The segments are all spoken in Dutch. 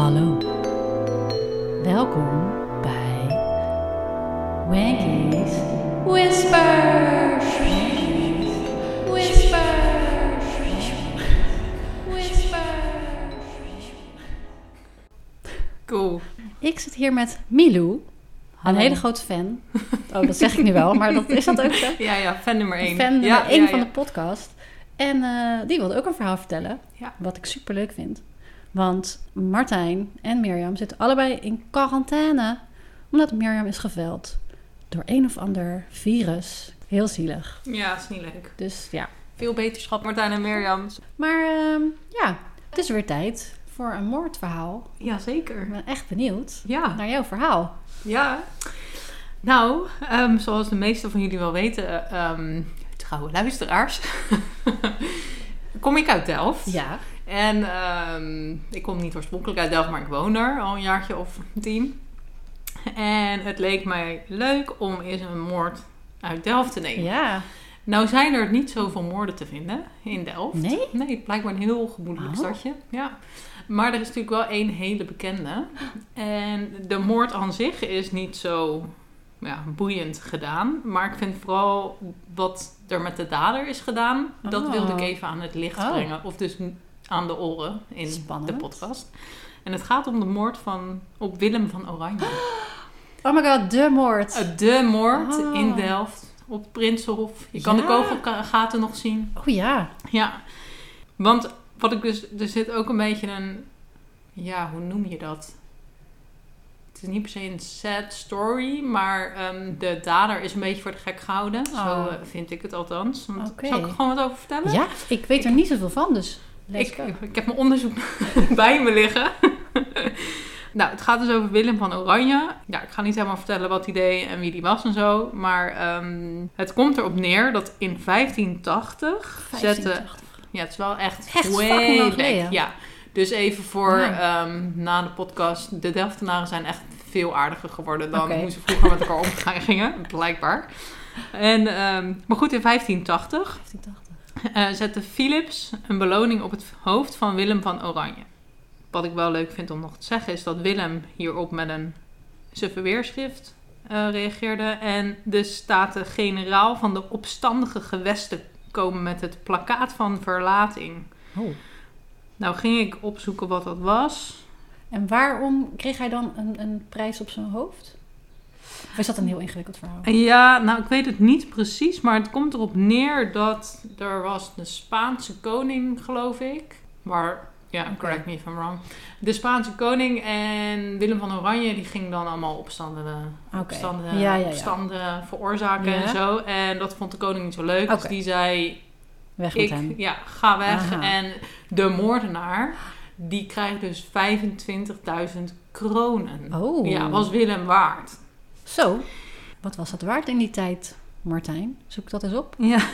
Hallo. Welkom bij Wanky's Whispers. Cool. Ik zit hier met Milou, een hele grote fan. Oh, dat zeg ik nu wel, maar is dat ook zo? Ja, fan nummer 1. Fan nummer 1 van de podcast. En die wilde ook een verhaal vertellen, wat ik super leuk vind. Want Martijn en Mirjam zitten allebei in quarantaine, omdat Mirjam is geveld door een of ander virus. Heel zielig. Ja, is niet leuk. Dus ja. Veel beterschap, Martijn en Mirjam. Maar het is weer tijd voor een moordverhaal. Jazeker. Ik ben echt benieuwd naar jouw verhaal. Ja. Nou, zoals de meesten van jullie wel weten, trouwe luisteraars, kom ik uit Delft. Ja. En ik kom niet oorspronkelijk uit Delft, maar ik woon er al een jaartje of 10. En het leek mij leuk om eens een moord uit Delft te nemen. Ja. Nou zijn er niet zoveel moorden te vinden in Delft. Nee? Nee, het blijkt maar een heel gemoedelijk stadje. Ja. Maar er is natuurlijk wel één hele bekende. En de moord aan zich is niet zo boeiend gedaan. Maar ik vind vooral wat er met de dader is gedaan, dat wilde ik even aan het licht brengen. Of dus aan de oren in de podcast. En het gaat om de moord op Willem van Oranje. Oh my god, de moord. De moord in Delft. Op het Prinsenhof. Je kan de kogelgaten nog zien. Oh ja. Ja. Want wat ik dus... Er zit ook een beetje een... Ja, hoe noem je dat? Het is niet per se een sad story. Maar de dader is een beetje voor de gek gehouden. Zo vind ik het althans. Want, zal ik er gewoon wat over vertellen? Ja, ik weet er niet zoveel van. Dus ik heb mijn onderzoek bij me liggen. Nou, het gaat dus over Willem van Oranje. Ja, ik ga niet helemaal vertellen wat hij deed en wie die was en zo. Maar het komt erop neer dat in 1580 Ja, het is wel echt way lang geleden. Ja, dus even voor na de podcast. De Delftenaren zijn echt veel aardiger geworden dan hoe ze vroeger met elkaar omgegaan gingen. Blijkbaar. En, maar goed, in 1580 zette Philips een beloning op het hoofd van Willem van Oranje. Wat ik wel leuk vind om nog te zeggen is dat Willem hierop met zijn verweerschrift reageerde. En de Staten-Generaal van de opstandige gewesten komen met het plakkaat van verlating. Oh. Nou ging ik opzoeken wat dat was. En waarom kreeg hij dan een prijs op zijn hoofd? Of is dat een heel ingewikkeld verhaal? Ja, nou ik weet het niet precies. Maar het komt erop neer dat er was de Spaanse koning, geloof ik. Maar... Ja, correct me if I'm wrong. De Spaanse koning en Willem van Oranje, die ging dan allemaal opstanden veroorzaken en zo. En dat vond de koning niet zo leuk. Dus die zei, weg met hem. Ja, ga weg. Aha. En de moordenaar, die krijgt dus 25.000 kronen. Oh. Ja, was Willem waard. Zo, wat was dat waard in die tijd, Martijn? Zoek dat eens op. Ja.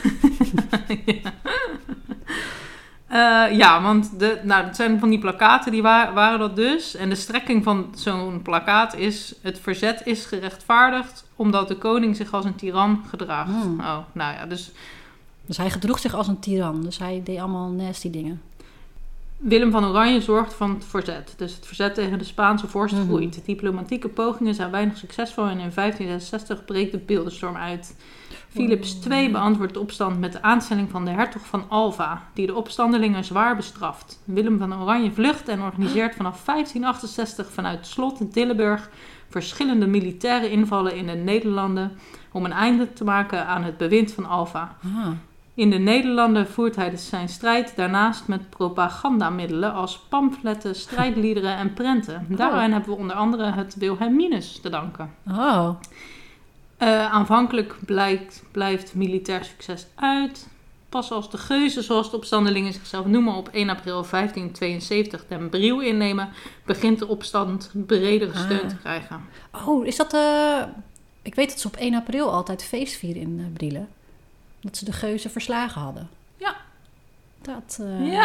Want het zijn van die plakkaten, die waren dat dus. En de strekking van zo'n plakkaat is... Het verzet is gerechtvaardigd omdat de koning zich als een tiran gedraagt. Dus hij gedroeg zich als een tiran. Dus hij deed allemaal nasty dingen. Willem van Oranje zorgde van het verzet. Dus het verzet tegen de Spaanse vorst groeit. De diplomatieke pogingen zijn weinig succesvol. En in 1566 breekt de beeldenstorm uit. Philips II beantwoordt de opstand met de aanstelling van de hertog van Alva, die de opstandelingen zwaar bestraft. Willem van Oranje vlucht en organiseert vanaf 1568 vanuit slot Dillenburg verschillende militaire invallen in de Nederlanden om een einde te maken aan het bewind van Alva. In de Nederlanden voert hij zijn strijd daarnaast met propagandamiddelen als pamfletten, strijdliederen en prenten. Daaraan hebben we onder andere het Wilhelminus te danken. Aanvankelijk blijft militair succes uit. Pas als de geuzen, zoals de opstandelingen zichzelf noemen, op 1 april 1572 Den Briel innemen, begint de opstand bredere steun te krijgen. Oh, is dat... Ik weet dat ze op 1 april altijd feest vieren in Brielen. Dat ze de geuzen verslagen hadden. Ja. Dat...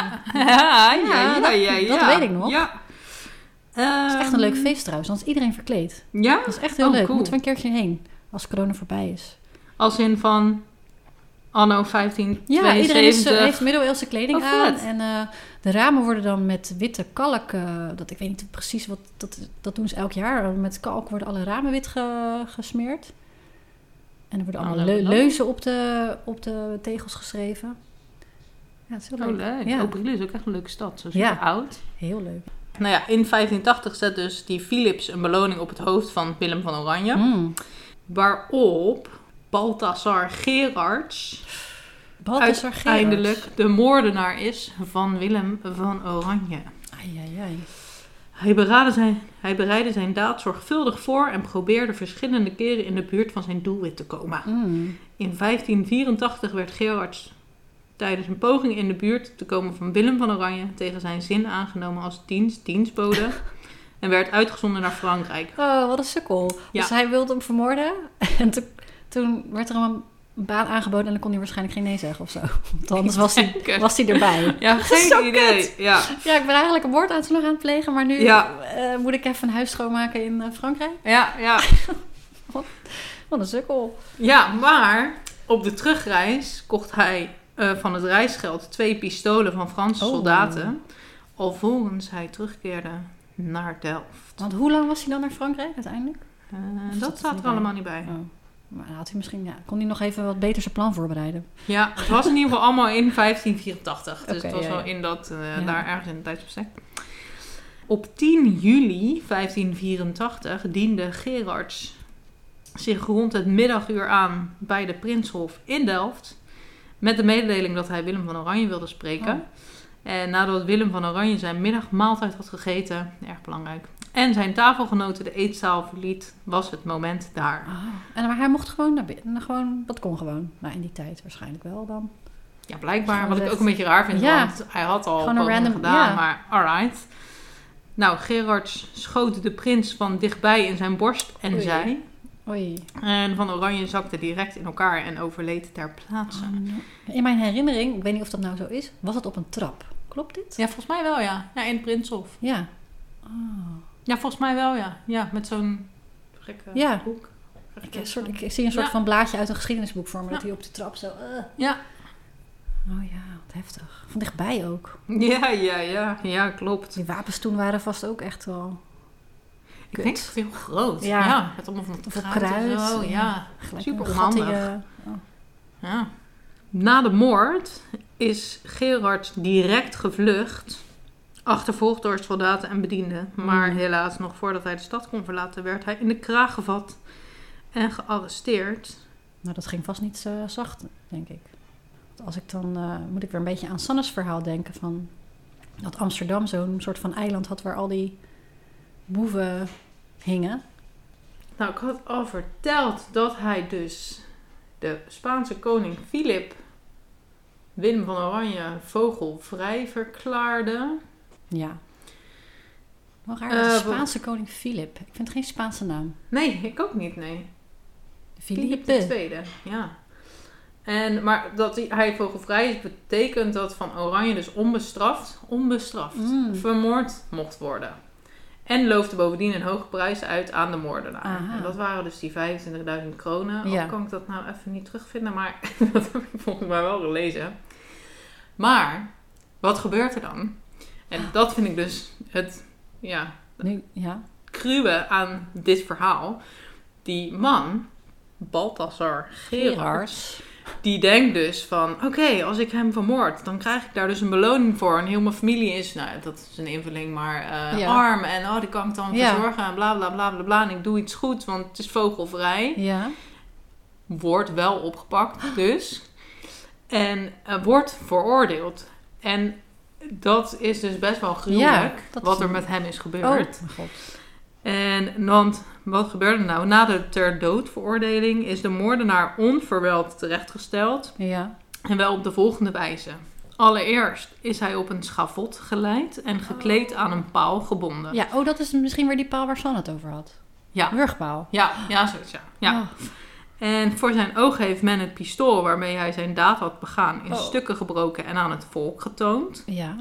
Dat weet ik nog. Ja. Het is echt een leuk feest trouwens, dan is iedereen verkleed. Ja? Dat is echt heel leuk. Cool. Moeten we een keertje heen, als corona voorbij is. Als in van anno 1572? Ja, iedereen heeft middeleeuwse kleding aan. En De ramen worden dan met witte kalk... ik weet niet precies wat... Dat doen ze elk jaar. Met kalk worden alle ramen wit gesmeerd. En er worden allemaal leuzen op de tegels geschreven. Ja, het is heel leuk. Ja. Operilen is ook echt een leuke stad. Zo super oud. Heel leuk. Nou ja, in 1580 zet dus die Philips een beloning op het hoofd van Willem van Oranje. Waarop Balthasar Gerards uiteindelijk de moordenaar is van Willem van Oranje. Hij bereidde zijn daad zorgvuldig voor en probeerde verschillende keren in de buurt van zijn doelwit te komen. In 1584 werd Gerards tijdens een poging in de buurt te komen van Willem van Oranje tegen zijn zin aangenomen als dienstbode en werd uitgezonden naar Frankrijk. Oh, wat een sukkel. Ja. Dus hij wilde hem vermoorden en toen werd er een baan aangeboden en dan kon hij waarschijnlijk geen nee zeggen of zo. Want anders was hij erbij. Ja, geen idee. Ja, ik ben eigenlijk een moordaanslag aan het plegen, maar nu moet ik even een huis schoonmaken in Frankrijk. Ja. Wat een sukkel. Ja, maar op de terugreis kocht hij van het reisgeld 2 pistolen van Franse soldaten, alvorens hij terugkeerde naar Delft. Want hoe lang was hij dan naar Frankrijk uiteindelijk? Dat staat er allemaal niet bij. Oh. Maar had hij misschien, kon hij nog even wat beter zijn plan voorbereiden. Ja, het was in ieder geval allemaal in 1584. Dus het was wel in daar ergens in het tijdsbestek. Op 10 juli 1584 diende Gerards zich rond het middaguur aan bij de Prinshof in Delft. Met de mededeling dat hij Willem van Oranje wilde spreken. En nadat Willem van Oranje zijn middagmaaltijd had gegeten, erg belangrijk, en zijn tafelgenoten de eetzaal verliet, was het moment daar. Maar hij mocht gewoon naar binnen. Dat kon gewoon. Nou, in die tijd waarschijnlijk wel dan. Ja, blijkbaar. Wat ik ook een beetje raar vind, want hij had al een random gedaan, maar alright. Nou, Gerards schoot de prins van dichtbij in zijn borst en zei... Oei. En Van Oranje zakte direct in elkaar en overleed ter plaatse. In mijn herinnering, ik weet niet of dat nou zo is, was het op een trap. Klopt dit? Ja, volgens mij wel, ja. Ja, in het Prinshof. Ja. Ja, volgens mij wel, ja. Ja, met zo'n gekke boek. Ik zie een soort van blaadje uit een geschiedenisboek voor me, dat hij op de trap zo... Ja. Oh ja, wat heftig. Van dichtbij ook. Ja, klopt. Die wapens toen waren vast ook echt wel... Ik denk het heel groot. Ja. Het allemaal van het kruis. Zo. Ja, super onhandig. Ja. Na de moord is Gerard direct gevlucht, achtervolgd door soldaten en bedienden. Maar helaas, nog voordat hij de stad kon verlaten, werd hij in de kraag gevat en gearresteerd. Nou, dat ging vast niet zacht, denk ik. Als ik dan moet ik weer een beetje aan Sanne's verhaal denken van dat Amsterdam zo'n soort van eiland had waar al die boeven hingen. Nou, ik had al verteld dat hij dus de Spaanse koning Filip Willem van Oranje vogelvrij verklaarde. Ja. Wel raar, de Spaanse koning Filip. Ik vind het geen Spaanse naam. Nee, ik ook niet, nee. Filip II, ja. Maar dat hij vogelvrij is, betekent dat Van Oranje dus onbestraft vermoord mocht worden. En loofde bovendien een hoge prijs uit aan de moordenaar. Aha. En dat waren dus die 25.000 kronen. Of kan ik dat nou even niet terugvinden, maar dat heb ik volgens mij wel gelezen. Maar, wat gebeurt er dan? En dat vind ik dus het cruwe aan dit verhaal. Die man, Balthasar Gerards, die denkt dus van, oké, als ik hem vermoord, dan krijg ik daar dus een beloning voor. En heel mijn familie is, nou, dat is een invulling, maar arm. En die kan ik dan verzorgen en bla, bla, bla, bla, bla. En ik doe iets goed, want het is vogelvrij. Ja. Wordt wel opgepakt, dus. En wordt veroordeeld. En dat is dus best wel gruwelijk, wat er met hem is gebeurd. Oh, mijn god. En want, wat gebeurde nou? Na de ter dood veroordeling is de moordenaar onverwijld terechtgesteld. Ja. En wel op de volgende wijze. Allereerst is hij op een schavot geleid en gekleed aan een paal gebonden. Ja, dat is misschien weer die paal waar San het over had. Ja. Wurgpaal. Ja, zoiets, ja. Oh. En voor zijn ogen heeft men het pistool waarmee hij zijn daad had begaan in stukken gebroken en aan het volk getoond. Ja.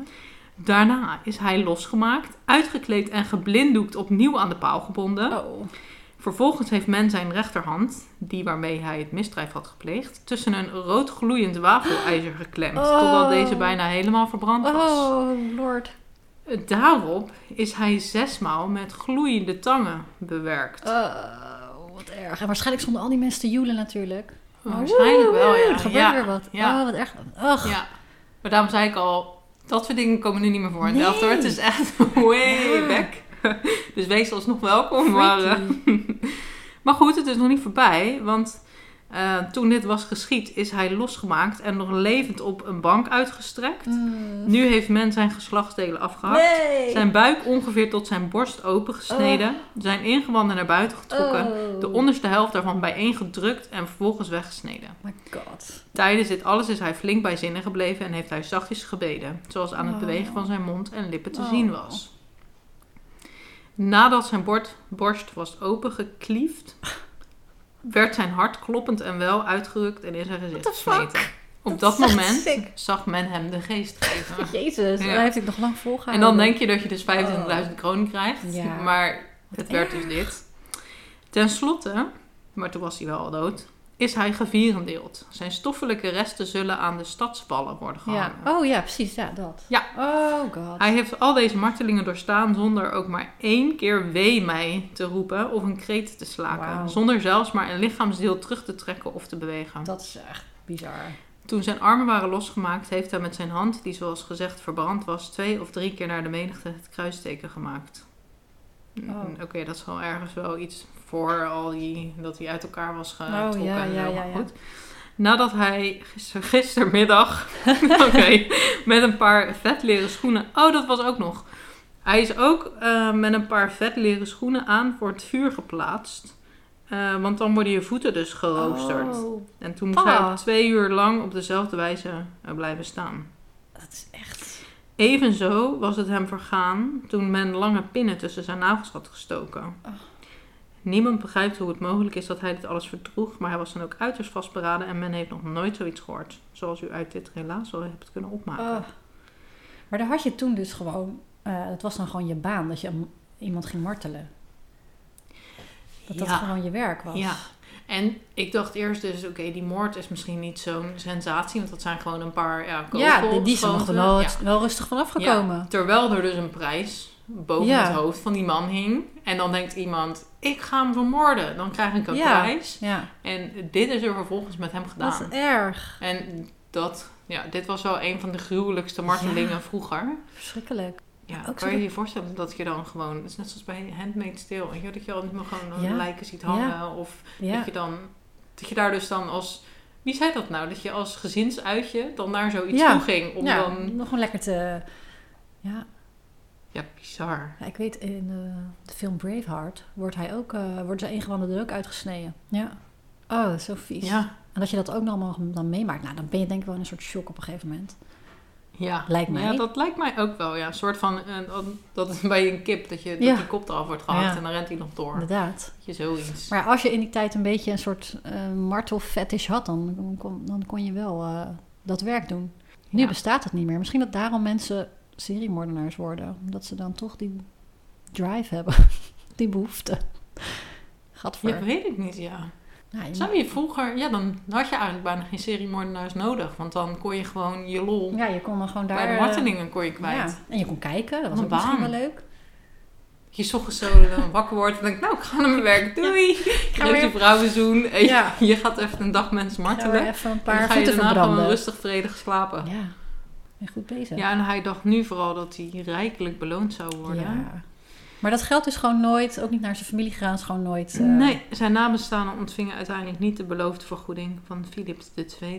Daarna is hij losgemaakt, uitgekleed en geblinddoekt opnieuw aan de paal gebonden. Oh. Vervolgens heeft men zijn rechterhand, die waarmee hij het misdrijf had gepleegd, tussen een rood gloeiend wafelijzer geklemd, totdat deze bijna helemaal verbrand was. Oh, lord. Daarop is hij 6 maal met gloeiende tangen bewerkt. Wat erg. En waarschijnlijk stonden al die mensen te joelen natuurlijk. Waarschijnlijk wel, ja. Er gebeurt weer wat. Ja. Wat erg. Ugh. Ja, maar daarom zei ik al, dat soort dingen komen nu niet meer voor in Delft, hoor. Het is echt way back. Dus wees alsnog welkom. Maar goed, het is nog niet voorbij, want toen dit was geschied is hij losgemaakt en nog levend op een bank uitgestrekt. Nu heeft men zijn geslachtsdelen afgehakt. Zijn buik ongeveer tot zijn borst opengesneden. Zijn ingewanden naar buiten getrokken. De onderste helft daarvan bijeengedrukt en vervolgens weggesneden. My god. Tijdens dit alles is hij flink bij zinnen gebleven en heeft hij zachtjes gebeden. Zoals aan het bewegen van zijn mond en lippen te zien was. Nadat zijn borst was opengekliefd, werd zijn hart kloppend en wel uitgerukt en in zijn gezicht gesmeten. Op dat moment zag men hem de geest geven. Jezus, daar heeft hij nog lang volgehouden. En dan denk je dat je dus 25.000 kronen krijgt. Ja. Maar het werd dus dit. Ten slotte, maar toen was hij wel al dood, is hij gevierendeeld. Zijn stoffelijke resten zullen aan de stadswallen worden gehangen. Ja. Oh ja, precies. Ja, dat. Ja. Oh god. Hij heeft al deze martelingen doorstaan zonder ook maar 1 keer wee mij te roepen of een kreet te slaken. Wow. Zonder zelfs maar een lichaamsdeel terug te trekken of te bewegen. Dat is echt bizar. Toen zijn armen waren losgemaakt, heeft hij met zijn hand, die zoals gezegd verbrand was, 2 of 3 keer naar de menigte het kruisteken gemaakt. Oké, dat is wel ergens wel iets voor dat hij uit elkaar was getrokken. Ja. Goed. Nadat hij gistermiddag met een paar vetleren schoenen... Oh, dat was ook nog. Hij is ook met een paar vetleren schoenen aan voor het vuur geplaatst. Want dan worden je voeten dus geroosterd. En toen moest hij 2 uur lang op dezelfde wijze blijven staan. Dat is echt... Evenzo was het hem vergaan toen men lange pinnen tussen zijn nagels had gestoken. Niemand begrijpt hoe het mogelijk is dat hij dit alles verdroeg, maar hij was dan ook uiterst vastberaden en men heeft nog nooit zoiets gehoord. Zoals u uit dit relaas al hebt kunnen opmaken. Maar daar had je toen dus gewoon, het was dan gewoon je baan, dat je iemand ging martelen. Dat gewoon je werk was. Ja. En ik dacht eerst dus, die moord is misschien niet zo'n sensatie, want dat zijn gewoon een paar kogels. Ja, die zijn nog wel rustig vanaf gekomen. Ja, terwijl er dus een prijs boven het hoofd van die man hing. En dan denkt iemand, ik ga hem vermoorden. Dan krijg ik een prijs. Ja. En dit is er vervolgens met hem gedaan. Wat erg. En dit was wel een van de gruwelijkste martelingen vroeger. Verschrikkelijk. Ja, kan je je voorstellen dat je dan gewoon... Het is net zoals bij Handmaid's Tale. Dat je al niet meer gewoon lijken ziet hangen. Ja. Of dat je daar dus dan als... Wie zei dat nou? Dat je als gezinsuitje dan naar zoiets toe ging. Om dan... nog gewoon lekker te... Ja. Ja, bizar. Ja, ik weet, in de film Braveheart wordt zijn ingewanden er ook uitgesneden. Ja. Oh, dat is zo vies. Ja. En dat je dat ook nog dan meemaakt. Nou, dan ben je denk ik wel in een soort shock op een gegeven moment. Ja, lijkt mij. Ja, dat lijkt mij ook wel. Ja, een soort van, dat is bij een kip, dat die kop eraf wordt gehakt en dan rent hij nog door. Inderdaad. Dat je zoiets. Maar als je in die tijd een beetje een soort martelfetish had, dan kon je wel dat werk doen. Nu bestaat het niet meer. Misschien dat daarom mensen seriemoordenaars worden. Omdat ze dan toch die drive hebben. Die behoefte. Gadver. Ja, weet ik niet, ja. Nou, zou je vroeger... Ja, dan had je eigenlijk bijna geen seriemoordenaars nodig. Want dan kon je gewoon je lol... Ja, je kon dan gewoon daar... Bij de martelingen kon je kwijt. Ja. En je kon kijken. Dat was ook misschien wel leuk. Je 's ochtends zo wakker wordt en denkt... Nou, ik ga naar mijn werk. Doei! Je geeft je vrouwenzoen. En je gaat even een dag mensen martelen. Ja, even een paar en dan ga je daarna gewoon rustig vredig slapen. Ja, ben goed bezig. Ja, en hij dacht nu vooral dat hij rijkelijk beloond zou worden. Ja. Maar dat geld is gewoon nooit, ook niet naar zijn familie gegaan, is gewoon nooit... Nee, zijn nabestaanden ontvingen uiteindelijk niet de beloofde vergoeding van Philips II.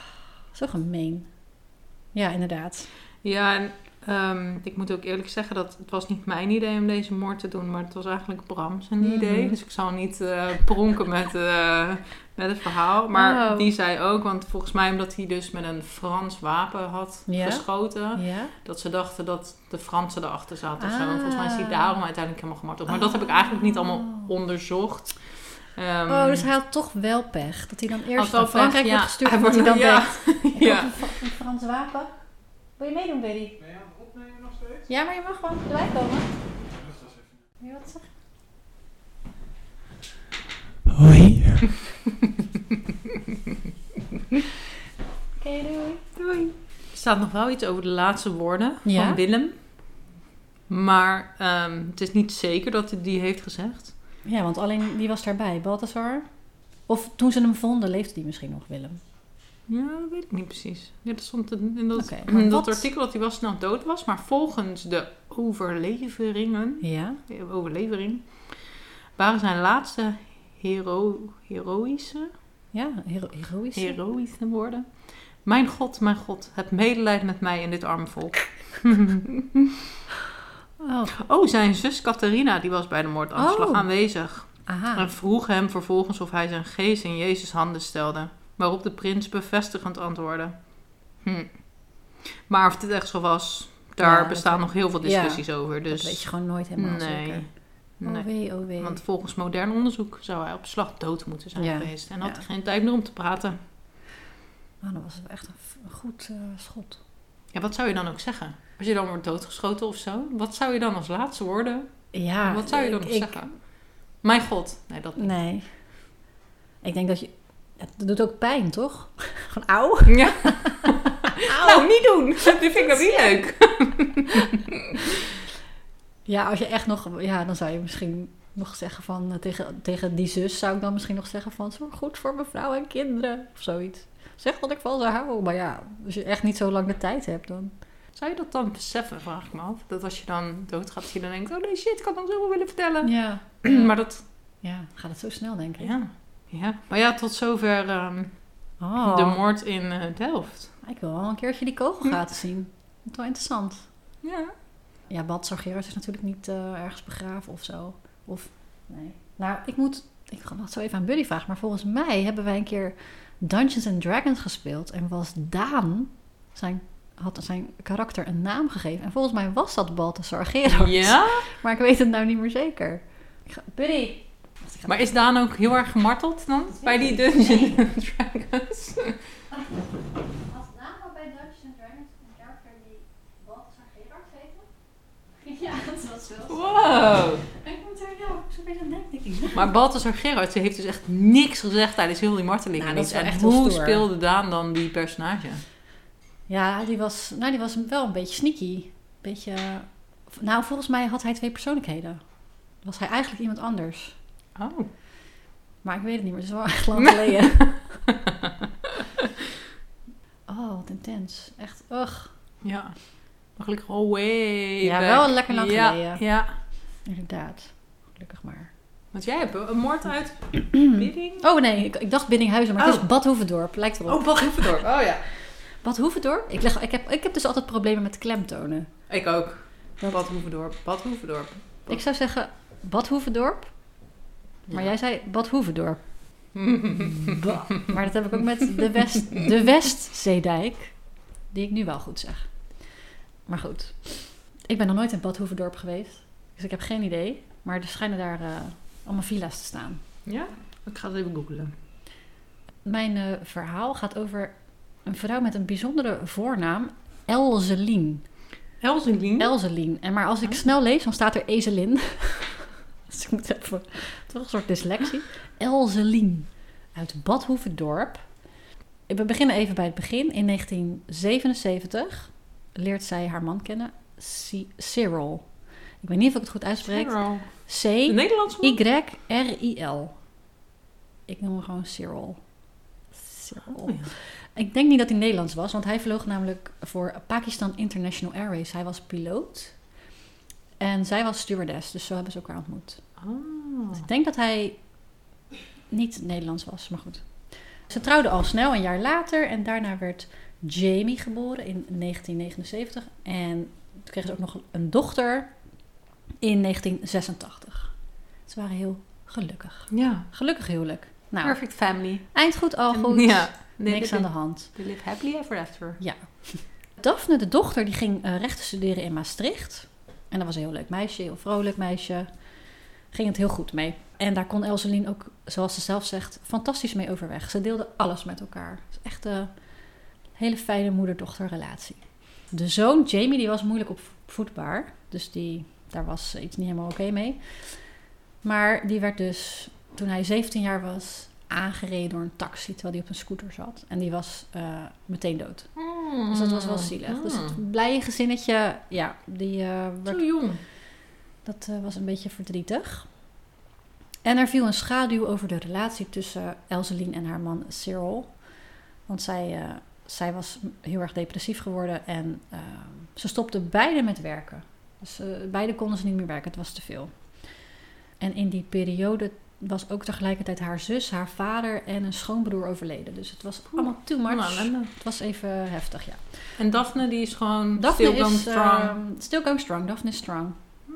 Zo gemeen. Ja, inderdaad. Ja, en ik moet ook eerlijk zeggen dat het was niet mijn idee om deze moord te doen, maar het was eigenlijk Bram zijn idee. Dus ik zal niet pronken met het verhaal. Maar die zei ook, want volgens mij omdat hij dus met een Frans wapen had geschoten, dat ze dachten dat de Fransen erachter zaten of zo. En volgens mij is hij daarom uiteindelijk helemaal gemarteld. Maar dat heb ik eigenlijk niet allemaal onderzocht. Dus hij had toch wel pech. Dat hij dan eerst naar Frankrijk wordt gestuurd en dat hij dan denkt, ik heb een Frans wapen. Wil je meedoen, Betty? Ben je aan het opnemen nog steeds? Ja, maar je mag gewoon erbij komen. Rustig even. Wil je wat zeggen? Hoi. Oké, doei. Doei. Er staat nog wel iets over de laatste woorden Ja? van Willem. Maar het is niet zeker dat hij die heeft gezegd. Ja, want alleen wie was daarbij? Balthasar? Of toen ze hem vonden, leefde die misschien nog, Willem? Ja, dat weet ik niet precies. Ja, dat stond in dat, Oké, maar in dat wat- artikel dat hij wel snel dood was. Maar volgens de overlevering waren zijn laatste heroïsche woorden. Mijn God, heb medelijden met mij en dit arme volk. Oh, zijn zus Catharina, die was bij de moordaanslag aanwezig. Aha. En vroeg hem vervolgens of hij zijn geest in Jezus' handen stelde. Waarop de prins bevestigend antwoordde. Maar of dit echt zo was, daar bestaan nog heel veel discussies over. Dus Dat weet je gewoon nooit helemaal zeker. Nee. Oh wee. Want volgens modern onderzoek zou hij op slag dood moeten zijn geweest. En had hij geen tijd meer om te praten. Oh, dat was echt een goed schot. Ja, wat zou je dan ook zeggen? Als je dan wordt doodgeschoten of zo? Wat zou je dan als laatste woorden? Ja. Wat zou je dan nog zeggen? Mijn God. Nee, dat niet. Nee. Ik denk dat je... Het doet ook pijn, toch? Gewoon auw. Ja. Nou, niet doen. Dit vind ik dan niet leuk. Ja, als je echt nog... Ja, dan zou je misschien nog zeggen van... Tegen die zus zou ik dan misschien nog zeggen van... Zorg goed voor mijn vrouw en kinderen. Of zoiets. Zeg dat ik van ze hou. Maar ja, als je echt niet zo lang de tijd hebt, dan... Zou je dat dan beseffen, vraag ik me af? Dat als je dan doodgaat, dat je dan denkt... Oh nee, shit, ik had nog zoveel willen vertellen. Ja. Maar dat... Ja, gaat het zo snel, denk ik. Ja. Maar ja, tot zover de moord in Delft. Ik wil wel een keertje die kogelgaten zien. Dat is wel interessant. Ja. Ja, Balthasar Gerards is natuurlijk niet ergens begraven of zo. Of, nee. Nou, ik ga dat zo even aan Buddy vragen. Maar volgens mij hebben wij een keer Dungeons & Dragons gespeeld. En was Daan, had zijn karakter een naam gegeven. En volgens mij was dat Balthasar Gerards. Ja? Maar ik weet het nou niet meer zeker. Buddy! Maar is Daan ook heel erg gemarteld dan? Bij die Dungeons Dragons? Had Daan bij Dungeons & Dragons een karakter die Balthasar Gerards heette? Ja, dat was wel. Wow! Ik moet er zo'n beetje aan denken, denk ik. Maar Balthasar Gerards heeft dus echt niks gezegd tijdens heel die martelingen. Nou, dat is wel en echt heel hoe stoer. speelde Daan dan die personage? Ja, die was wel een beetje sneaky. Beetje... Nou, volgens mij had hij 2 persoonlijkheden. Was hij eigenlijk iemand anders. Oh. Maar ik weet het niet meer. Het is wel echt lang geleden. Oh, wat intens. Echt, ugh. Ja. Maar gelukkig al way Ja, back. wel lekker lang geleden. Ja. Inderdaad. Gelukkig maar. Want jij hebt een moord uit Bidding? Oh nee, ik dacht Biddinghuizen, maar het is Bad Hoeverdorp. Lijkt erop. Oh, Bad Hoeverdorp. Oh ja. Bad Hoeverdorp? Ik heb dus altijd problemen met klemtonen. Ik ook. Bad Hoeverdorp. Bad Hoeverdorp. Ik zou zeggen Bad Hoeverdorp. Maar jij zei Bad Hoeverdorp. Maar dat heb ik ook met de Westzeedijk. Die ik nu wel goed zeg. Maar goed. Ik ben nog nooit in Bad Hoeverdorp geweest. Dus ik heb geen idee. Maar er schijnen daar allemaal villa's te staan. Ja? Ik ga het even googlen. Mijn verhaal gaat over een vrouw met een bijzondere voornaam. Elzelien. Elzelien? Maar als ik snel lees, dan staat er Ezelin. Dus ik moet even... Toch een soort dyslexie. Elzelien. Uit Bad Hoeverdorp. We beginnen even bij het begin. In 1977 leert zij haar man kennen. Cyril. Ik weet niet of ik het goed uitspreek. C-Y-R-I-L. Ik noem hem gewoon Cyril. Oh, ja. Ik denk niet dat hij Nederlands was, want hij vloog namelijk voor Pakistan International Airways. Hij was piloot en zij was stewardess, dus zo hebben ze elkaar ontmoet. Oh. Dus ik denk dat hij niet Nederlands was, maar goed. Ze trouwden al snel, een jaar later, en daarna werd Jamie geboren in 1979. En toen kregen ze ook nog een dochter in 1986. Ze waren heel gelukkig. Ja. Gelukkig huwelijk. Nou, Perfect family. eind goed, al goed. Ja. Niks aan de hand. They live happily ever after. Ja. Daphne, de dochter, die ging rechten studeren in Maastricht. En dat was een heel leuk meisje, heel vrolijk meisje. Ging het heel goed mee. En daar kon Elselien ook, zoals ze zelf zegt, fantastisch mee overweg. Ze deelden alles met elkaar. Het is echt een hele fijne moeder-dochter relatie. De zoon, Jamie, die was moeilijk opvoedbaar. Dus daar was iets niet helemaal oké mee. Maar die werd dus toen hij 17 jaar was, aangereden door een taxi terwijl hij op een scooter zat. En die was meteen dood. Dus dat was wel zielig. Dus het blije gezinnetje, die zo jong. Dat was een beetje verdrietig. En er viel een schaduw over de relatie tussen Elseline en haar man Cyril. Want zij was heel erg depressief geworden en ze stopten beide met werken. Dus beide konden ze niet meer werken, het was te veel. En in die periode was ook tegelijkertijd haar zus, haar vader en een schoonbroer overleden. Dus het was allemaal too much. Het was even heftig, ja. En Daphne, die is gewoon Daphne still going strong. Still going strong. Daphne is strong.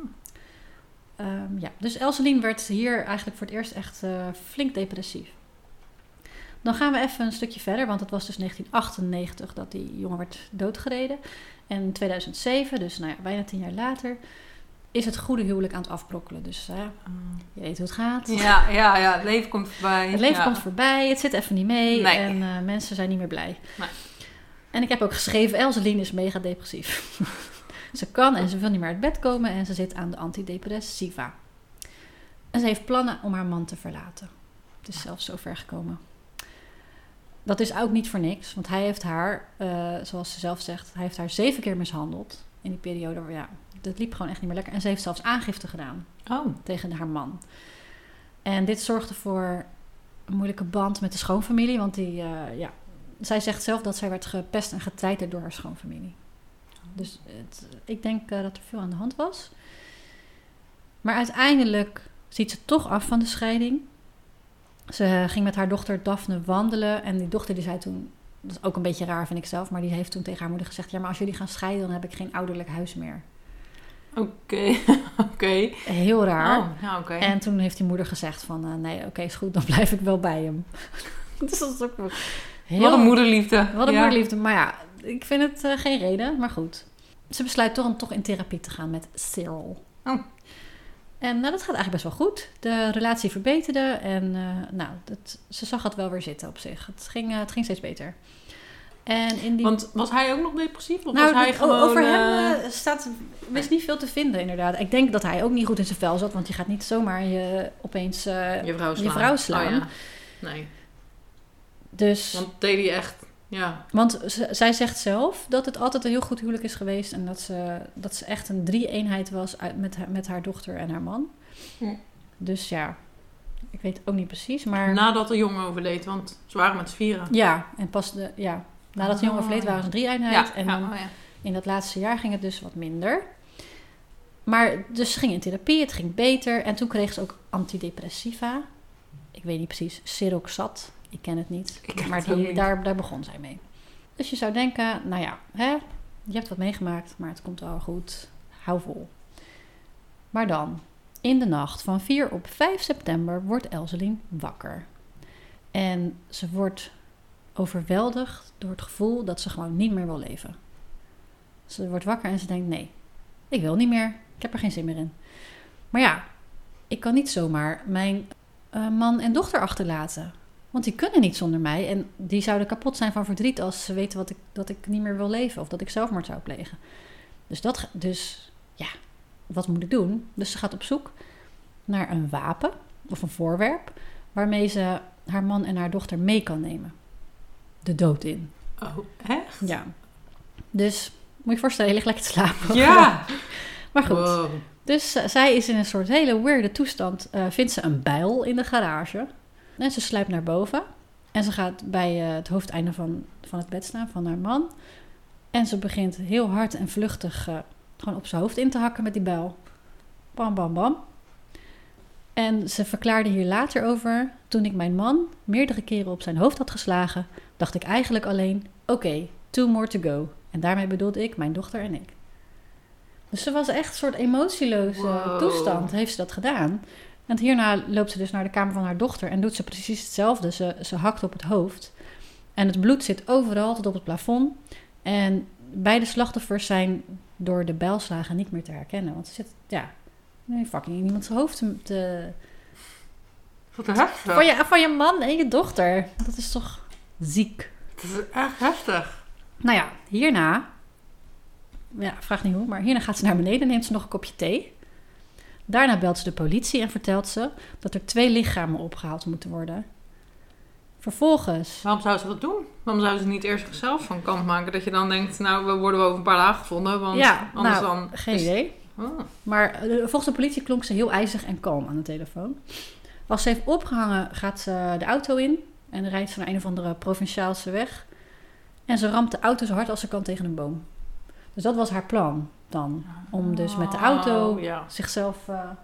Dus Elseline werd hier eigenlijk voor het eerst echt flink depressief. Dan gaan we even een stukje verder, want het was dus 1998 dat die jongen werd doodgereden. En in 2007, dus bijna 10 jaar later, is het goede huwelijk aan het afbrokkelen. Dus je weet hoe het gaat. Ja, het leven komt voorbij. Het leven komt voorbij, het zit even niet mee Nee. en mensen zijn niet meer blij. Nee. En ik heb ook geschreven, Elseline is mega depressief. Ze kan en ze wil niet meer uit bed komen en ze zit aan de antidepressiva. En ze heeft plannen om haar man te verlaten. Het is zelfs zo ver gekomen. Dat is ook niet voor niks, want hij heeft haar, zoals ze zelf zegt, hij heeft haar 7 keer mishandeld. In die periode, dat liep gewoon echt niet meer lekker. En ze heeft zelfs aangifte gedaan tegen haar man. En dit zorgde voor een moeilijke band met de schoonfamilie, want zij zegt zelf dat zij werd gepest en getreiterd door haar schoonfamilie. Dus ik denk dat er veel aan de hand was. Maar uiteindelijk ziet ze toch af van de scheiding. Ze ging met haar dochter Daphne wandelen. En die dochter die zei toen, dat is ook een beetje raar vind ik zelf, maar die heeft toen tegen haar moeder gezegd, ja, maar als jullie gaan scheiden, dan heb ik geen ouderlijk huis meer. Oké. Heel raar. Oké. En toen heeft die moeder gezegd van, nee, oké, is goed, dan blijf ik wel bij hem. Dus dat is ook Wat een moederliefde. Wat een moederliefde. Maar ja, ik vind het geen reden, maar goed. Ze besluit toch in therapie te gaan met Cyril. En dat gaat eigenlijk best wel goed. De relatie verbeterde en ze zag het wel weer zitten op zich. Het ging steeds beter. En Want was hij ook nog depressief? Of was hij gewoon, over hem is niet veel te vinden inderdaad. Ik denk dat hij ook niet goed in zijn vel zat, want je gaat niet zomaar opeens je vrouw slaan. Oh, ja. Nee. Dus, want deed hij echt... Ja. Want zij zegt zelf dat het altijd een heel goed huwelijk is geweest. En dat ze echt een 3-eenheid was met haar dochter en haar man. Dus ja, ik weet ook niet precies. Maar nadat de jongen overleed, want ze waren met 4. Ja, en nadat de jongen overleed waren ze een 3-eenheid. Ja, in dat laatste jaar ging het dus wat minder. Maar dus ze ging in therapie, het ging beter. En toen kreeg ze ook antidepressiva. Ik weet niet precies, Seroxat. Ik ken het niet, daar begon zij mee. Dus je zou denken, je hebt wat meegemaakt, maar het komt wel goed. Hou vol. Maar dan, in de nacht van 4 op 5 september wordt Elseline wakker. En ze wordt overweldigd door het gevoel dat ze gewoon niet meer wil leven. Ze wordt wakker en ze denkt, nee, ik wil niet meer. Ik heb er geen zin meer in. Maar ja, ik kan niet zomaar mijn man en dochter achterlaten. Want die kunnen niet zonder mij. En die zouden kapot zijn van verdriet als ze weten dat ik niet meer wil leven. Of dat ik zelfmoord zou plegen. Dus wat moet ik doen? Dus ze gaat op zoek naar een wapen of een voorwerp waarmee ze haar man en haar dochter mee kan nemen. De dood in. Oh, echt? Ja. Dus moet je je voorstellen, je ligt lekker te slapen. Ja. Maar goed. Wow. Dus zij is in een soort hele weirde toestand. Vindt ze een bijl in de garage. En ze sluipt naar boven. En ze gaat bij het hoofdeinde van het bed staan van haar man. En ze begint heel hard en vluchtig gewoon op zijn hoofd in te hakken met die bijl. Bam, bam, bam. En ze verklaarde hier later over. Toen ik mijn man meerdere keren op zijn hoofd had geslagen, dacht ik eigenlijk alleen, oké, 2 more to go. En daarmee bedoelde ik mijn dochter en ik. Dus ze was echt een soort emotieloze toestand, heeft ze dat gedaan. En hierna loopt ze dus naar de kamer van haar dochter en doet ze precies hetzelfde. Ze hakt op het hoofd. En het bloed zit overal tot op het plafond. En beide slachtoffers zijn door de bijlslagen niet meer te herkennen. Want ze zit, fucking in iemands hoofd te... Wat heftig. Van je man en je dochter. Dat is toch ziek. Dat is echt heftig. Nou ja, hierna... Ja, vraag niet hoe, maar hierna gaat ze naar beneden en neemt ze nog een kopje thee. Daarna belt ze de politie en vertelt ze dat er 2 lichamen opgehaald moeten worden. Vervolgens... Waarom zou ze dat doen? Waarom zou ze niet eerst zichzelf van kant maken? Dat je dan denkt, nou, we worden over een paar dagen gevonden. Want anders dan... geen idee. Oh. Maar volgens de politie klonk ze heel ijzig en kalm aan de telefoon. Als ze heeft opgehangen, gaat ze de auto in. En rijdt ze naar een of andere provinciaalse weg. En ze ramt de auto zo hard als ze kan tegen een boom. Dus dat was haar plan dan. Om dus met de auto zichzelf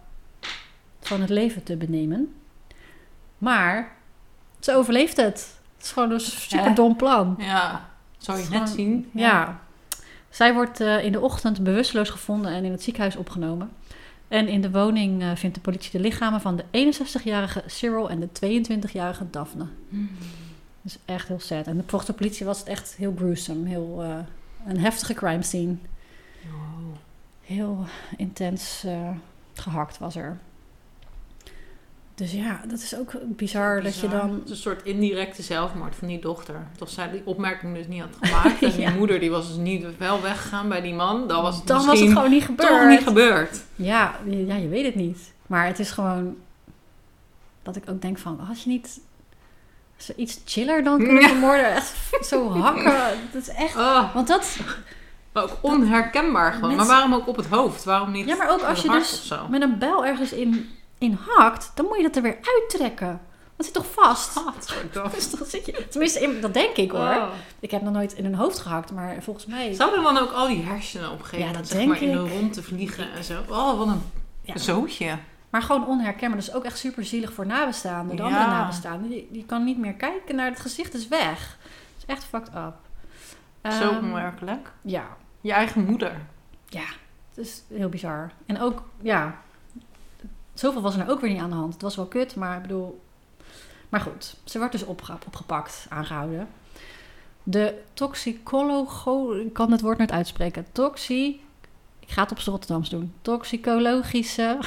van het leven te benemen. Maar ze overleeft het. Het is gewoon een super dom plan. Ja, zou je net zien. Ja. Zij wordt in de ochtend bewusteloos gevonden en in het ziekenhuis opgenomen. En in de woning vindt de politie de lichamen van de 61-jarige Cyril en de 22-jarige Daphne. Dus echt heel sad. En volgens de politie was het echt heel gruesome. Heel, een heftige crime scene. Wow. Heel intens gehakt was er. Dus ja, dat is ook bizar. Dat je dan... Het is een soort indirecte zelfmoord van die dochter. Toch zij die opmerking dus niet had gemaakt. En die moeder die was dus niet wel weggegaan bij die man. Dan was het gewoon niet gebeurd. Toch niet gebeurd. Ja, je weet het niet. Maar het is gewoon... Dat ik ook denk van... Had je niet... iets chiller dan kunnen vermoorden? Echt zo hakken. Dat is echt... Want dat... Maar ook onherkenbaar gewoon. Maar waarom ook op het hoofd? Waarom niet? Ja, maar ook als je dus met een bijl ergens in hakt, dan moet je dat er weer uittrekken. Dat zit toch vast? Dus dan zit je, tenminste, dat denk ik hoor. Ik heb nog nooit in hun hoofd gehakt, maar volgens mij... Zouden dan ook al die hersenen opgeven? Ja, dat zeg denk maar in ik. de rond te vliegen en zo. Oh, wat een zootje. Maar gewoon onherkenbaar. Dus ook echt super zielig voor nabestaanden. De andere nabestaanden. Die kan niet meer kijken naar het gezicht. Is weg. Het is echt fucked up. Zo onwerkelijk. Ja. Je eigen moeder. Ja, het is heel bizar. En ook, zoveel was er nou ook weer niet aan de hand. Het was wel kut, maar ik bedoel... Maar goed, ze werd dus opgepakt, aangehouden. De toxicoloog... Ik kan het woord nooit uitspreken. Ik ga het op z'n Rotterdams doen. Toxicologische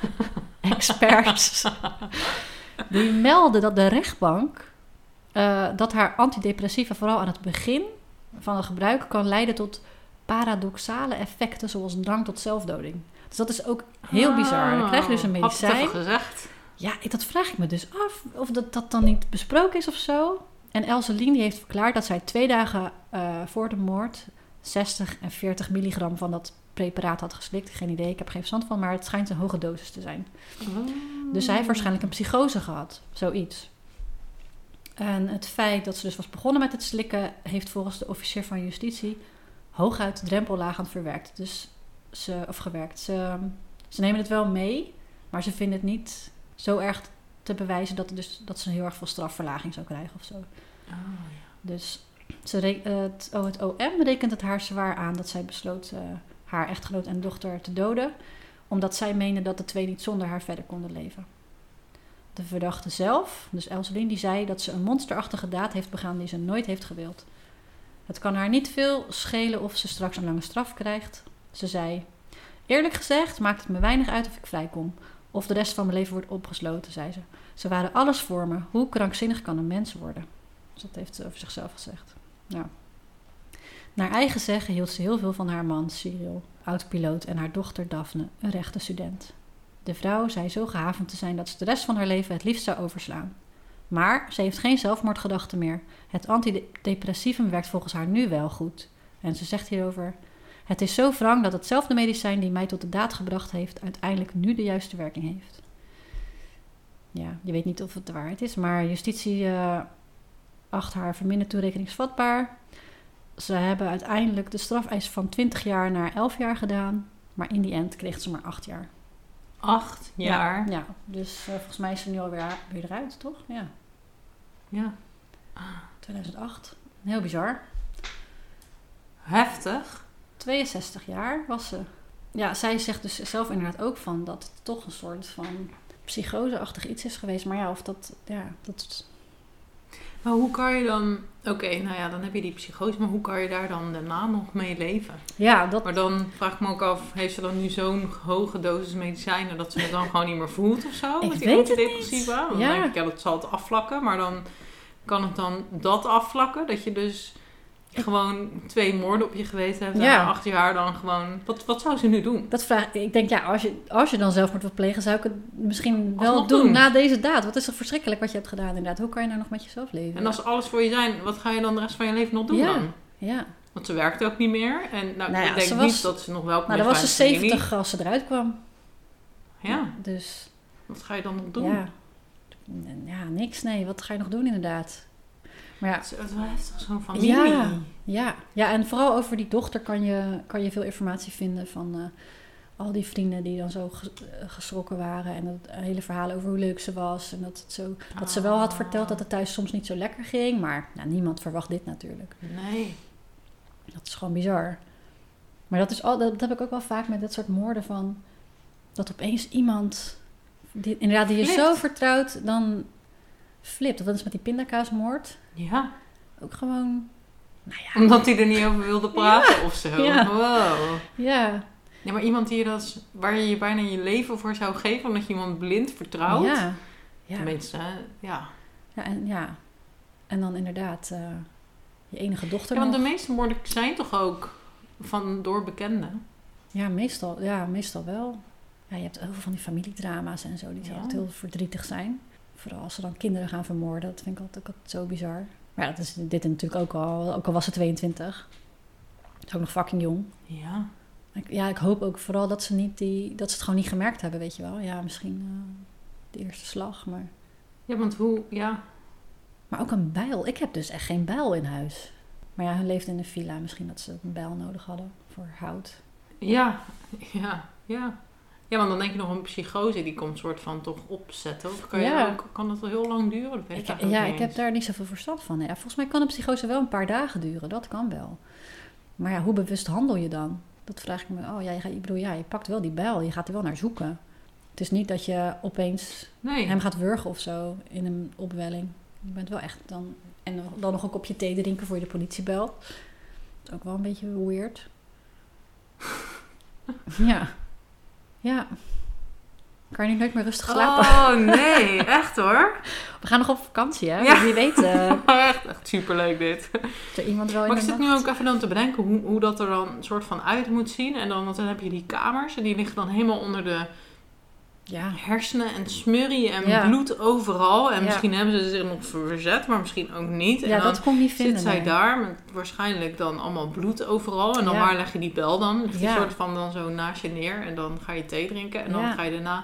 experts. Die melden dat de rechtbank... dat haar antidepressiva vooral aan het begin van het gebruik kan leiden tot paradoxale effecten zoals drang tot zelfdoding. Dus dat is ook heel bizar. Dan krijg je dus een medicijn. Had het gezegd? Ja, dat vraag ik me dus af. Of dat dan niet besproken is of zo. En Elseline die heeft verklaard dat zij 2 dagen voor de moord 60 en 40 milligram van dat preparaat had geslikt. Geen idee, ik heb geen verstand van, maar het schijnt een hoge dosis te zijn. Dus zij heeft waarschijnlijk een psychose gehad. Zoiets. En het feit dat ze dus was begonnen met het slikken... heeft volgens de officier van justitie... hooguit drempellagend verwerkt. Dus ze nemen het wel mee... maar ze vinden het niet zo erg te bewijzen... dat ze heel erg veel strafverlaging zou krijgen of zo. Oh, ja. Dus het OM rekent het haar zwaar aan... dat zij besloot haar echtgenoot en dochter te doden... omdat zij meende dat de 2 niet zonder haar verder konden leven. De verdachte zelf, dus Elseline, die zei dat ze een monsterachtige daad heeft begaan die ze nooit heeft gewild. Het kan haar niet veel schelen of ze straks een lange straf krijgt. Ze zei, eerlijk gezegd maakt het me weinig uit of ik vrijkom. Of de rest van mijn leven wordt opgesloten, zei ze. Ze waren alles voor me. Hoe krankzinnig kan een mens worden? Dus dat heeft ze over zichzelf gezegd. Ja. Naar eigen zeggen hield ze heel veel van haar man, Cyril, oud-piloot, en haar dochter Daphne, een rechte student. De vrouw zei zo gehavend te zijn dat ze de rest van haar leven het liefst zou overslaan. Maar ze heeft geen zelfmoordgedachten meer. Het antidepressivum werkt volgens haar nu wel goed. En ze zegt hierover... Het is zo wrang dat hetzelfde medicijn die mij tot de daad gebracht heeft... uiteindelijk nu de juiste werking heeft. Ja, je weet niet of het de waarheid is... maar justitie acht haar verminderd toerekeningsvatbaar. Ze hebben uiteindelijk de strafeis van 20 jaar naar 11 jaar gedaan... maar in die end kreeg ze maar 8 jaar. 8 jaar? Ja, dus volgens mij is ze nu alweer weer eruit, toch? Ja. Ja. 2008. Heel bizar. Heftig. 62 jaar was ze. Ja, zij zegt dus zelf inderdaad ook van dat het toch een soort van psychoseachtig iets is geweest. Maar ja, of dat... Maar hoe kan je dan... Oké, nou ja, dan heb je die psychose. Maar hoe kan je daar dan daarna nog mee leven? Ja, Maar dan vraag ik me ook af... Heeft ze dan nu zo'n hoge dosis medicijnen... dat ze het dan gewoon niet meer voelt of zo? Ik weet het niet. Dan denk ik, dat zal het afvlakken. Maar dan kan het dan dat afvlakken? Dat je dus gewoon 2 moorden op je geweten hebt. Ja. En na 8 jaar dan gewoon... Wat zou ze nu doen? Dat vraag ik. Denk, als je dan zelfmoord wilt plegen, zou ik het misschien wel Alsnog doen doen. na deze daad. Wat is toch verschrikkelijk wat je hebt gedaan inderdaad. Hoe kan je nou nog met jezelf leven? En als ze alles voor je zijn, wat ga je dan de rest van je leven nog doen Ja. dan? Ja. Want ze werkte ook niet meer. En ik denk ze niet dat ze nog welkom Nou, is dan was bij ze de familie. 70 als ze eruit kwam. Ja, Dus wat ga je dan nog doen? ja, niks. Nee, wat ga je nog doen inderdaad? Maar ja, Het heeft toch zo'n familie? Ja, en vooral over die dochter kan je veel informatie vinden van al die vrienden die dan zo geschrokken waren. En dat hele verhaal over hoe leuk ze was. En dat ze wel had verteld dat het thuis soms niet zo lekker ging. Maar niemand verwacht dit natuurlijk. Nee. Dat is gewoon bizar. Maar dat heb ik ook wel vaak met dat soort moorden van... Dat opeens iemand die je zo vertrouwt, dan flipt. Dat is met die pindakaasmoord. Ja. Ook gewoon... Omdat hij er niet over wilde praten of zo. Ja. Wow. Ja. Nee, maar iemand waar je bijna je leven voor zou geven, omdat je iemand blind vertrouwt. Ja. Tenminste, ja. En dan inderdaad je enige dochter Ja, want nog. de meeste moorden zijn toch ook door bekenden? Ja, meestal wel. Ja, je hebt heel veel van die familiedrama's en zo. Die altijd heel verdrietig zijn. Vooral als ze dan kinderen gaan vermoorden. Dat vind ik altijd zo bizar. Maar ja, dat is dit natuurlijk ook al was ze 22. Dat is ook nog fucking jong. Ja. Ik hoop ook vooral dat ze het gewoon niet gemerkt hebben, weet je wel. Ja, misschien de eerste slag, maar... Ja, want hoe... Ja. Maar ook een bijl. Ik heb dus echt geen bijl in huis. Maar ja, hun leefde in een villa. Misschien dat ze een bijl nodig hadden voor hout. Ja, want dan denk je nog een psychose die komt soort van toch opzetten. Of kan dat wel heel lang duren? Dat weet ik heb daar niet zoveel verstand van. Ja, volgens mij kan een psychose wel een paar dagen duren. Dat kan wel. Maar ja, hoe bewust handel je dan? Dat vraag ik me. Je pakt wel die bijl. Je gaat er wel naar zoeken. Het is niet dat je opeens hem gaat wurgen of zo in een opwelling. Je bent wel echt dan... En dan nog een kopje thee drinken voor je de politie belt. Dat is ook wel een beetje weird. Ja. Kan je nu nooit meer rustig slapen? Oh, nee. Echt hoor. We gaan nog op vakantie, hè? Ja. Wie weet. Echt superleuk dit. Is er iemand wel in Maar de ik zit nacht? nu ook even dan te bedenken want dat er dan een soort van uit moet zien. En dan, want dan heb je die kamers en die liggen dan helemaal onder de hersenen en smurrie en bloed overal. En misschien hebben ze zich nog verzet, maar misschien ook niet. En ja, dan dat kon ik niet vinden. zit zij daar met waarschijnlijk dan allemaal bloed overal. En dan waar leg je die bel dan? Ligt die soort van dan zo naast je neer en dan ga je thee drinken. En dan ga je daarna,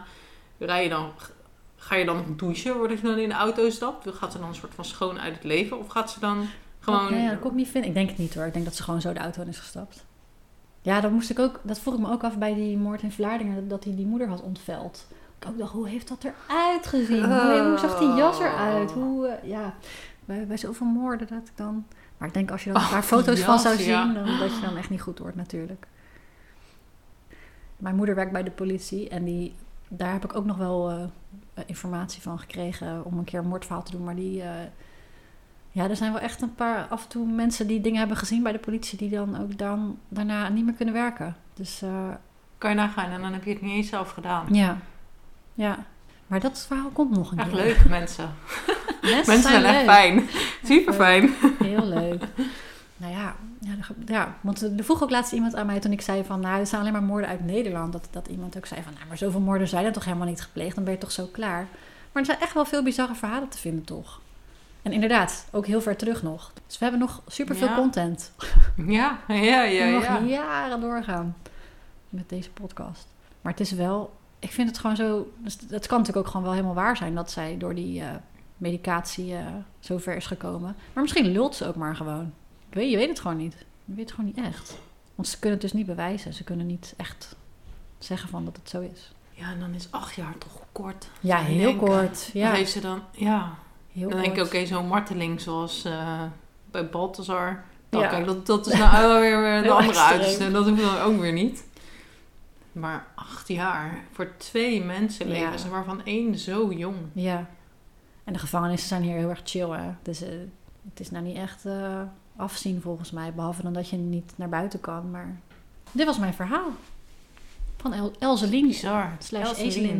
ga je dan nog douchen voordat je dan in de auto stapt? Gaat ze dan een soort van schoon uit het leven? Of gaat ze dan gewoon... Ja, dat kon ik niet vinden. Ik denk het niet hoor. Ik denk dat ze gewoon zo de auto in is gestapt. Ja, dat vroeg ik me ook af bij die moord in Vlaardingen, dat hij die moeder had ontveld. Ik ook dacht, hoe heeft dat eruit gezien? Hoe zag die jas eruit? Bij zoveel moorden dat ik dan... Maar ik denk als je er een paar foto's van zou zien, dan, dat je dan echt niet goed wordt natuurlijk. Mijn moeder werkt bij de politie en daar heb ik ook nog wel informatie van gekregen om een keer een moordverhaal te doen. Maar er zijn wel echt een paar af en toe mensen die dingen hebben gezien bij de politie die dan ook daarna niet meer kunnen werken. Dus kan je nagaan en dan heb je het niet eens zelf gedaan. Ja, maar dat verhaal komt nog een keer. Echt leuk, mensen. Mensen zijn echt fijn. Super fijn. Heel leuk. Nou ja, want er vroeg ook laatst iemand aan mij toen ik zei van... er zijn alleen maar moorden uit Nederland. Dat iemand ook zei van... maar zoveel moorden zijn er toch helemaal niet gepleegd. Dan ben je toch zo klaar. Maar er zijn echt wel veel bizarre verhalen te vinden, toch? En inderdaad, ook heel ver terug nog. Dus we hebben nog superveel content. Ja. We nog jaren doorgaan met deze podcast. Maar het is wel... Ik vind het gewoon zo... Het kan natuurlijk ook gewoon wel helemaal waar zijn... dat zij door die medicatie zo ver is gekomen. Maar misschien lult ze ook maar gewoon. Je weet het gewoon niet. Je weet het gewoon niet echt. Want ze kunnen het dus niet bewijzen. Ze kunnen niet echt zeggen van dat het zo is. Ja, en dan is 8 jaar toch kort. Ja, heel kort. Ja. Wat heeft ze dan... Ja. Heel dan kort. denk ik, zo'n marteling zoals bij Balthazar. Kijk, dat is nou weer de andere uiterste. Dat hoeft dan ook weer niet. Maar 8 jaar voor 2 mensenlevens, waarvan 1 zo jong. Ja. En de gevangenissen zijn hier heel erg chill, hè. Dus het is nou niet echt afzien volgens mij. Behalve dan dat je niet naar buiten kan. Maar dit was mijn verhaal. Van Elselien. Bizar. /Ezelin.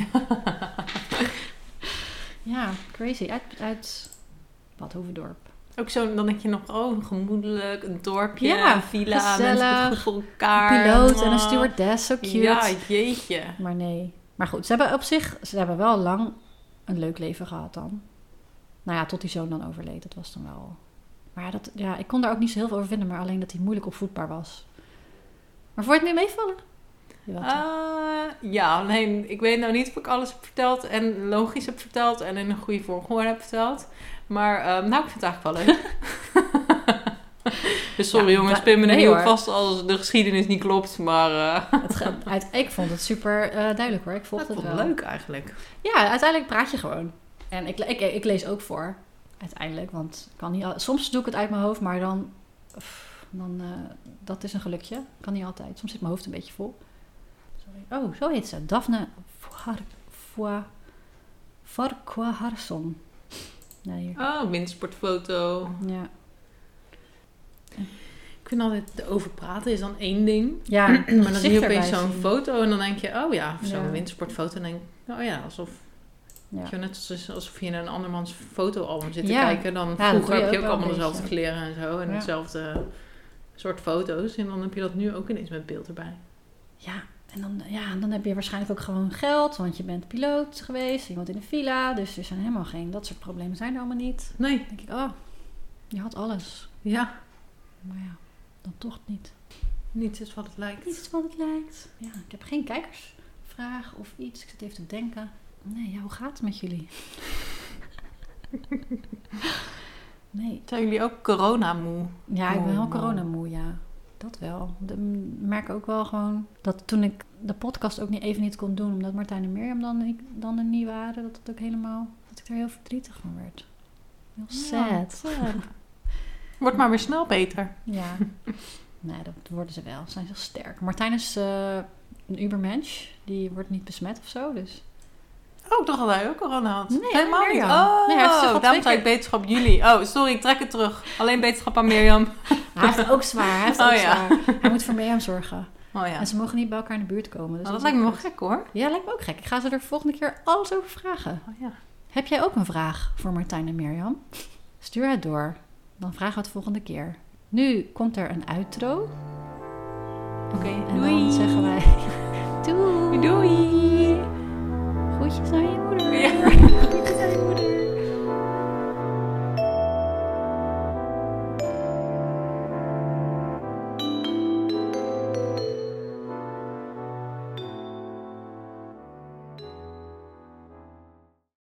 Ja, crazy. Uit Bad Hoeverdorp. Ook zo, dan denk je nog, gemoedelijk, een dorpje, Ja, een villa, gezellig. mensen het goed voor elkaar. Piloot en een stewardess, zo cute. Ja, jeetje. Maar nee. Maar goed, ze hebben wel lang een leuk leven gehad dan. Nou ja, tot die zoon dan overleed. Dat was dan wel... Maar ik kon daar ook niet zo heel veel over vinden. Maar alleen dat hij moeilijk opvoedbaar was. Maar vond je het meer meevallen? Ja, alleen ik weet nou niet of ik alles heb verteld en logisch heb verteld en in een goede volgorde heb verteld. Maar ik vind het eigenlijk wel leuk. Dus sorry jongens, pin me er niet op vast als de geschiedenis niet klopt, maar... Ik vond het super duidelijk hoor, ik volgde het wel. Leuk eigenlijk. Ja, uiteindelijk praat je gewoon. En ik lees ook voor, uiteindelijk, want ik kan niet soms doe ik het uit mijn hoofd, maar dan dat is een gelukje. Kan niet altijd. Soms zit mijn hoofd een beetje vol. Sorry. Oh, zo heet ze. Daphne Farquharson. Nee. Windsportfoto. Ja. Ik vind altijd, over praten is dan één ding. Ja, maar dan zie je opeens zo'n foto en dan denk je, zo'n windsportfoto. En dan denk ik, alsof... Ja. Net alsof je naar een andermans fotoalbum zit te kijken. Dan vroeger heb je ook allemaal dezelfde kleren en zo. En hetzelfde soort foto's. En dan heb je dat nu ook ineens met beeld erbij. Ja, en dan heb je waarschijnlijk ook gewoon geld. Want je bent piloot geweest. Je woont in een villa. Dus er zijn helemaal geen... Dat soort problemen zijn er allemaal niet. Nee. Dan denk ik, je had alles. Ja. Maar ja, dan toch niet. Niets is wat het lijkt. Niets is wat het lijkt. Ja, ik heb geen kijkersvraag of iets. Ik zit even te denken... Nee, hoe gaat het met jullie? Nee. Zijn jullie ook coronamoe? Ja, ik ben wel coronamoe, ja. Dat wel. Ik merk ook wel gewoon dat toen ik de podcast ook even niet kon doen... omdat Martijn en Mirjam dan er niet waren... dat het ook helemaal... dat ik er heel verdrietig van werd. Heel sad. Wordt maar weer snel beter. Ja. Nee, dat worden ze wel. Ze zijn heel sterk. Martijn is een ubermensch. Die wordt niet besmet of zo, dus... Oh, ik dacht dat hij ook corona had. Nee, helemaal niet. Daarom zei ik beterschap op jullie. Oh, sorry, ik trek het terug. Alleen beterschap aan Mirjam. Hij heeft het ook zwaar. Zwaar. Hij moet voor Mirjam zorgen. Oh, ja. En ze mogen niet bij elkaar in de buurt komen. Dus dat lijkt me wel gek hoor. Ja, lijkt me ook gek. Ik ga ze er de volgende keer alles over vragen. Oh, ja. Heb jij ook een vraag voor Martijn en Mirjam? Stuur het door. Dan vragen we het volgende keer. Nu komt er een outro. Oké, en doei. dan zeggen wij... Doei. Doei.